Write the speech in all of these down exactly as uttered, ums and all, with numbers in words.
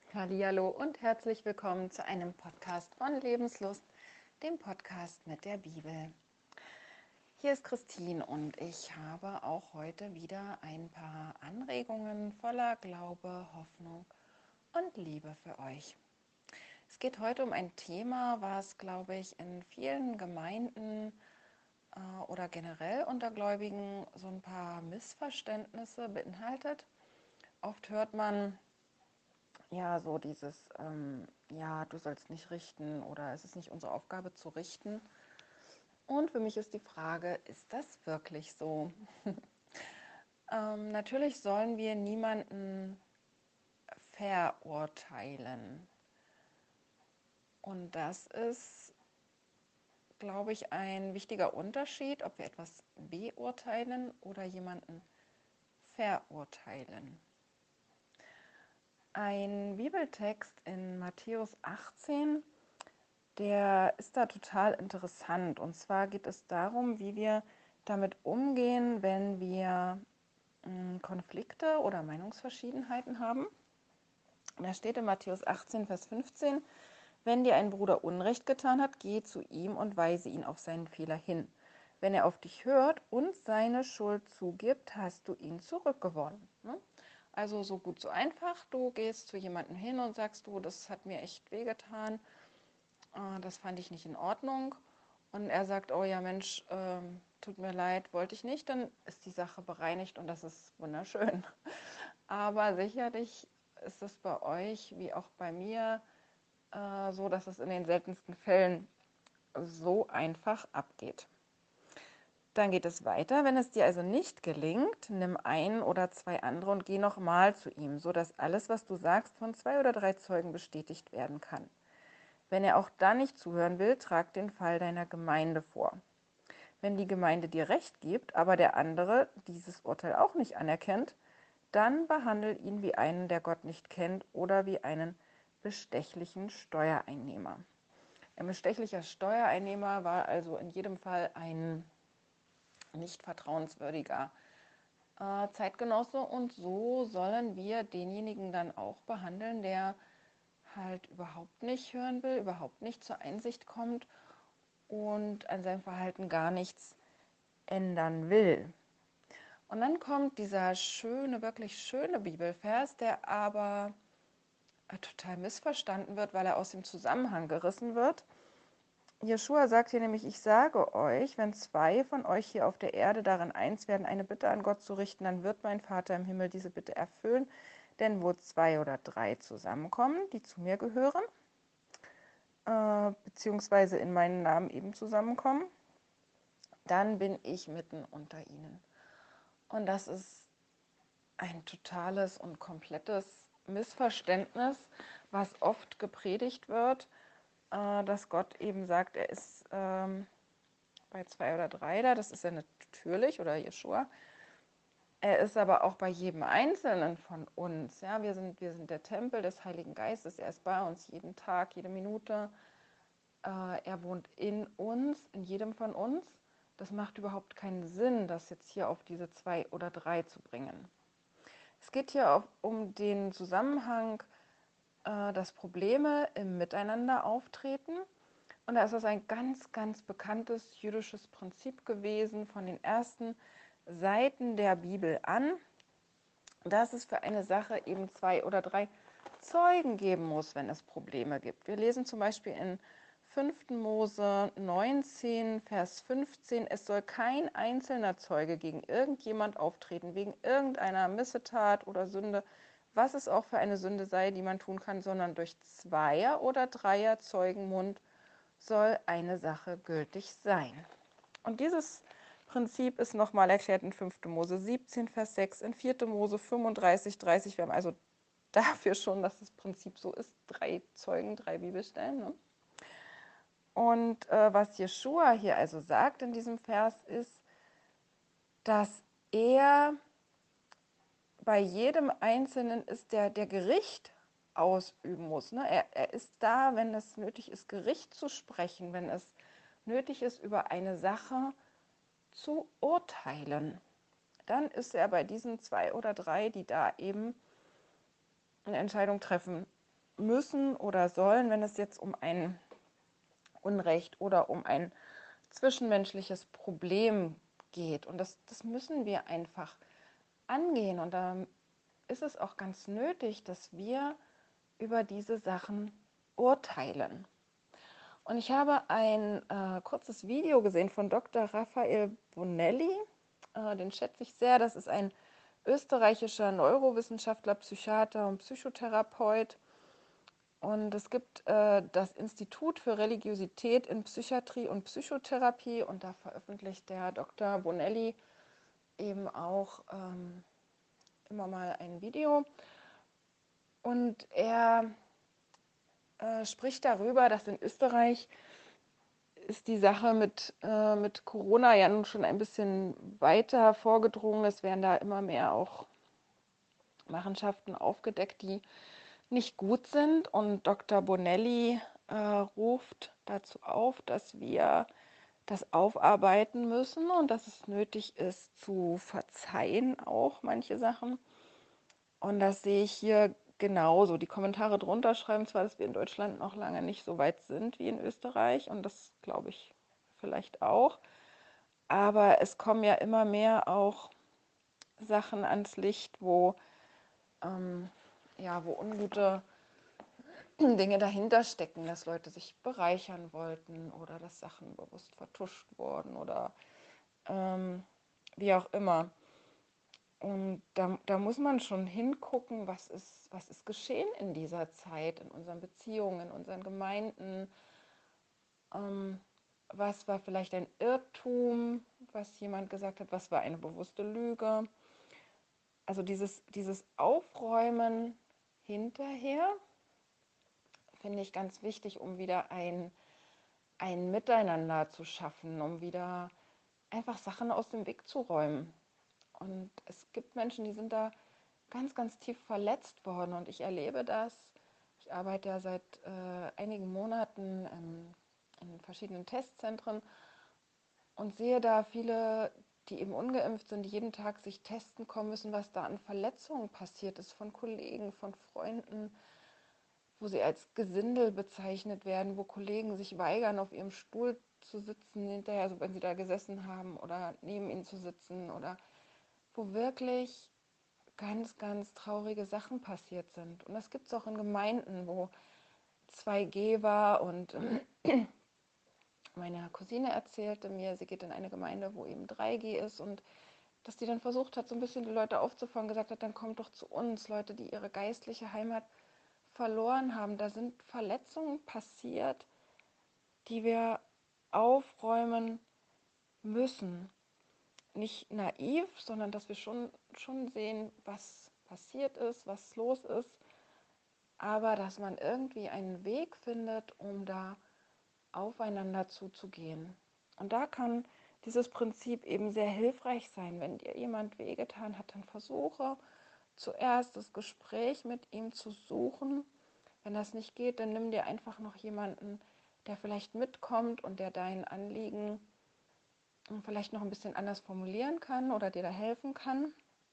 Hallihallo und herzlich willkommen zu einem Podcast von Lebenslust, dem Podcast mit der Bibel. Hier ist Christine und ich habe auch heute wieder ein paar Anregungen voller Glaube, Hoffnung und Liebe für euch. Es geht heute um ein Thema, was, glaube ich, in vielen Gemeinden äh, oder generell unter Gläubigen so ein paar Missverständnisse beinhaltet. Oft hört man, ja, so dieses, ähm, ja, du sollst nicht richten oder es ist nicht unsere Aufgabe zu richten. Und für mich ist die Frage, ist das wirklich so? ähm, natürlich sollen wir niemanden verurteilen. Und das ist, glaube ich, ein wichtiger Unterschied, ob wir etwas beurteilen oder jemanden verurteilen. Ein Bibeltext in Matthäus achtzehn, der ist da total interessant. Und zwar geht es darum, wie wir damit umgehen, wenn wir mh, Konflikte oder Meinungsverschiedenheiten haben. Da steht in Matthäus achtzehn, Vers fünfzehn, wenn dir ein Bruder Unrecht getan hat, geh zu ihm und weise ihn auf seinen Fehler hin. Wenn er auf dich hört und seine Schuld zugibt, hast du ihn zurückgewonnen. Also so gut, so einfach. Du gehst zu jemandem hin und sagst, du, das hat mir echt wehgetan. Das fand ich nicht in Ordnung. Und er sagt, oh ja Mensch, ähm, tut mir leid, wollte ich nicht, dann ist die Sache bereinigt und das ist wunderschön. Aber sicherlich ist es bei euch wie auch bei mir äh, so, dass es in den seltensten Fällen so einfach abgeht. Dann geht es weiter. Wenn es dir also nicht gelingt, nimm ein oder zwei andere und geh nochmal zu ihm, sodass alles, was du sagst, von zwei oder drei Zeugen bestätigt werden kann. Wenn er auch dann nicht zuhören will, trag den Fall deiner Gemeinde vor. Wenn die Gemeinde dir Recht gibt, aber der andere dieses Urteil auch nicht anerkennt, dann behandle ihn wie einen, der Gott nicht kennt, oder wie einen bestechlichen Steuereinnehmer. Ein bestechlicher Steuereinnehmer war also in jedem Fall ein nicht vertrauenswürdiger äh, Zeitgenosse, und so sollen wir denjenigen dann auch behandeln, der halt überhaupt nicht hören will, überhaupt nicht zur Einsicht kommt und an seinem Verhalten gar nichts ändern will. Und dann kommt dieser schöne, wirklich schöne Bibelvers, der aber total missverstanden wird, weil er aus dem Zusammenhang gerissen wird. Jeschua sagt hier nämlich, ich sage euch, wenn zwei von euch hier auf der Erde darin eins werden, eine Bitte an Gott zu richten, dann wird mein Vater im Himmel diese Bitte erfüllen. Denn wo zwei oder drei zusammenkommen, die zu mir gehören, äh, beziehungsweise in meinen Namen eben zusammenkommen, dann bin ich mitten unter ihnen. Und das ist ein totales und komplettes Missverständnis, was oft gepredigt wird, äh, dass Gott eben sagt, er ist ähm, bei zwei oder drei da, das ist ja natürlich, oder Jeschua. Er ist aber auch bei jedem Einzelnen von uns. Ja? Wir sind, wir sind der Tempel des Heiligen Geistes, er ist bei uns jeden Tag, jede Minute. Äh, er wohnt in uns, in jedem von uns. Das macht überhaupt keinen Sinn, das jetzt hier auf diese zwei oder drei zu bringen. Es geht hier auch um den Zusammenhang, äh, dass Probleme im Miteinander auftreten. Und da ist das ein ganz, ganz bekanntes jüdisches Prinzip gewesen von den ersten Seiten der Bibel an, dass es für eine Sache eben zwei oder drei Zeugen geben muss, wenn es Probleme gibt. Wir lesen zum Beispiel in fünften Mose neunzehn, Vers fünfzehn, es soll kein einzelner Zeuge gegen irgendjemand auftreten, wegen irgendeiner Missetat oder Sünde, was es auch für eine Sünde sei, die man tun kann, sondern durch Zweier- oder Dreier Zeugenmund soll eine Sache gültig sein. Und dieses Prinzip ist nochmal erklärt in fünften Mose siebzehn, Vers sechs, in vierten Mose fünfunddreißig, dreißig. Wir haben also dafür schon, dass das Prinzip so ist, drei Zeugen, drei Bibelstellen. Ne? Und äh, was Jeschua hier also sagt in diesem Vers ist, dass er bei jedem Einzelnen ist, der, der Gericht ausüben muss. Ne? Er, er ist da, wenn es nötig ist, Gericht zu sprechen, wenn es nötig ist, über eine Sache zu urteilen. Dann ist er bei diesen zwei oder drei, die da eben eine Entscheidung treffen müssen oder sollen, wenn es jetzt um ein Unrecht oder um ein zwischenmenschliches Problem geht. Und das, das müssen wir einfach angehen. Und da ist es auch ganz nötig, dass wir über diese Sachen urteilen. Und ich habe ein äh, kurzes Video gesehen von Doktor Raphael Bonelli. Äh, den schätze ich sehr. Das ist ein österreichischer Neurowissenschaftler, Psychiater und Psychotherapeut. Und es gibt äh, das Institut für Religiosität in Psychiatrie und Psychotherapie. Und da veröffentlicht der Doktor Bonelli eben auch ähm, immer mal ein Video. Und er äh, spricht darüber, dass in Österreich ist die Sache mit, äh, mit Corona ja nun schon ein bisschen weiter vorgedrungen. Es werden da immer mehr auch Machenschaften aufgedeckt, die nicht gut sind. Und Doktor Bonelli äh, ruft dazu auf, dass wir das aufarbeiten müssen und dass es nötig ist zu verzeihen, auch manche Sachen. Und das sehe ich hier genauso. Die Kommentare drunter schreiben zwar, dass wir in Deutschland noch lange nicht so weit sind wie in Österreich, und das glaube ich vielleicht auch. Aber es kommen ja immer mehr auch Sachen ans Licht, wo, ähm, ja, wo ungute Dinge dahinter stecken, dass Leute sich bereichern wollten oder dass Sachen bewusst vertuscht wurden oder ähm, wie auch immer. Und da, da muss man schon hingucken, was ist, was ist geschehen in dieser Zeit, in unseren Beziehungen, in unseren Gemeinden. Ähm, was war vielleicht ein Irrtum, was jemand gesagt hat, was war eine bewusste Lüge. Also dieses, dieses Aufräumen hinterher finde ich ganz wichtig, um wieder ein, ein Miteinander zu schaffen, um wieder einfach Sachen aus dem Weg zu räumen. Und es gibt Menschen, die sind da ganz, ganz tief verletzt worden. Und ich erlebe das. Ich arbeite ja seit äh, einigen Monaten ähm, in verschiedenen Testzentren und sehe da viele, die eben ungeimpft sind, die jeden Tag sich testen kommen müssen, was da an Verletzungen passiert ist von Kollegen, von Freunden, wo sie als Gesindel bezeichnet werden, wo Kollegen sich weigern, auf ihrem Stuhl zu sitzen hinterher, also wenn sie da gesessen haben oder neben ihnen zu sitzen, oder wo wirklich ganz, ganz traurige Sachen passiert sind. Und das gibt es auch in Gemeinden, wo zwei G war, und meine Cousine erzählte mir, sie geht in eine Gemeinde, wo eben drei G ist, und dass die dann versucht hat, so ein bisschen die Leute aufzufangen, gesagt hat, dann kommt doch zu uns, Leute, die ihre geistliche Heimat verloren haben. Da sind Verletzungen passiert, die wir aufräumen müssen. Nicht naiv, sondern dass wir schon, schon sehen, was passiert ist, was los ist, aber dass man irgendwie einen Weg findet, um da aufeinander zuzugehen. Und da kann dieses Prinzip eben sehr hilfreich sein. Wenn dir jemand wehgetan hat, dann versuche zuerst das Gespräch mit ihm zu suchen. Wenn das nicht geht, dann nimm dir einfach noch jemanden, der vielleicht mitkommt und der dein Anliegen vielleicht noch ein bisschen anders formulieren kann oder dir da helfen kann.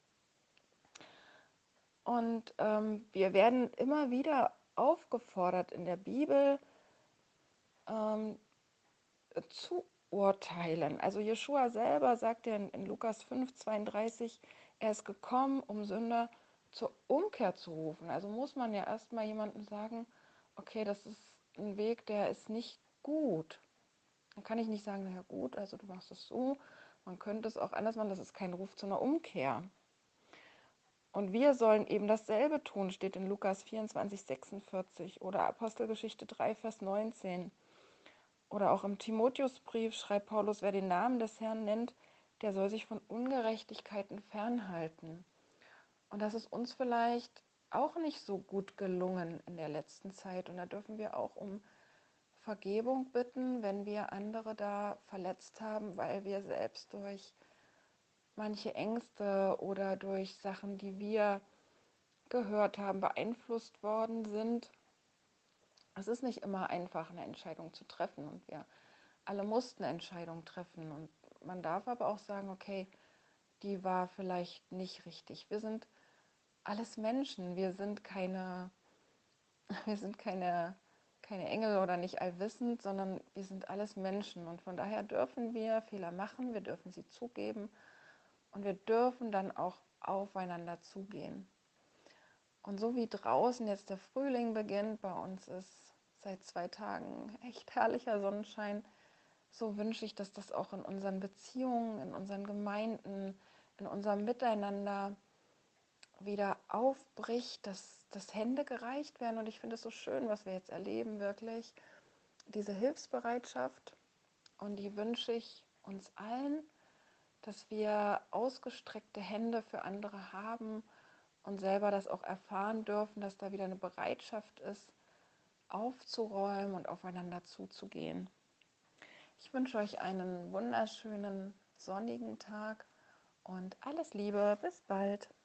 Und ähm, wir werden immer wieder aufgefordert in der Bibel ähm, zu urteilen. Also Jeschua selber sagt ja in, in Lukas fünf zweiunddreißig, er ist gekommen, um Sünder zur Umkehr zu rufen. Also muss man ja erstmal jemandem sagen, okay, das ist ein Weg, der ist nicht gut. Dann kann ich nicht sagen, naja gut, also du machst es so. Man könnte es auch anders machen, das ist kein Ruf zu einer Umkehr. Und wir sollen eben dasselbe tun, steht in Lukas vierundzwanzig sechsundvierzig oder Apostelgeschichte drei Vers neunzehn. Oder auch im Timotheusbrief schreibt Paulus, wer den Namen des Herrn nennt, der soll sich von Ungerechtigkeiten fernhalten. Und das ist uns vielleicht auch nicht so gut gelungen in der letzten Zeit. Und da dürfen wir auch um Vergebung bitten, wenn wir andere da verletzt haben, weil wir selbst durch manche Ängste oder durch Sachen, die wir gehört haben, beeinflusst worden sind. Es ist nicht immer einfach, eine Entscheidung zu treffen, und wir alle mussten Entscheidungen treffen, und man darf aber auch sagen, okay, die war vielleicht nicht richtig. Wir sind alles Menschen, wir sind keine wir sind keine, keine Engel oder nicht allwissend, sondern wir sind alles Menschen. Und von daher dürfen wir Fehler machen, wir dürfen sie zugeben und wir dürfen dann auch aufeinander zugehen. Und so wie draußen jetzt der Frühling beginnt, bei uns ist seit zwei Tagen echt herrlicher Sonnenschein, so wünsche ich, dass das auch in unseren Beziehungen, in unseren Gemeinden, in unserem Miteinander wieder aufbricht, dass, dass Hände gereicht werden. Und ich finde es so schön, was wir jetzt erleben, wirklich, diese Hilfsbereitschaft. Und die wünsche ich uns allen, dass wir ausgestreckte Hände für andere haben und selber das auch erfahren dürfen, dass da wieder eine Bereitschaft ist, aufzuräumen und aufeinander zuzugehen. Ich wünsche euch einen wunderschönen sonnigen Tag und alles Liebe, bis bald.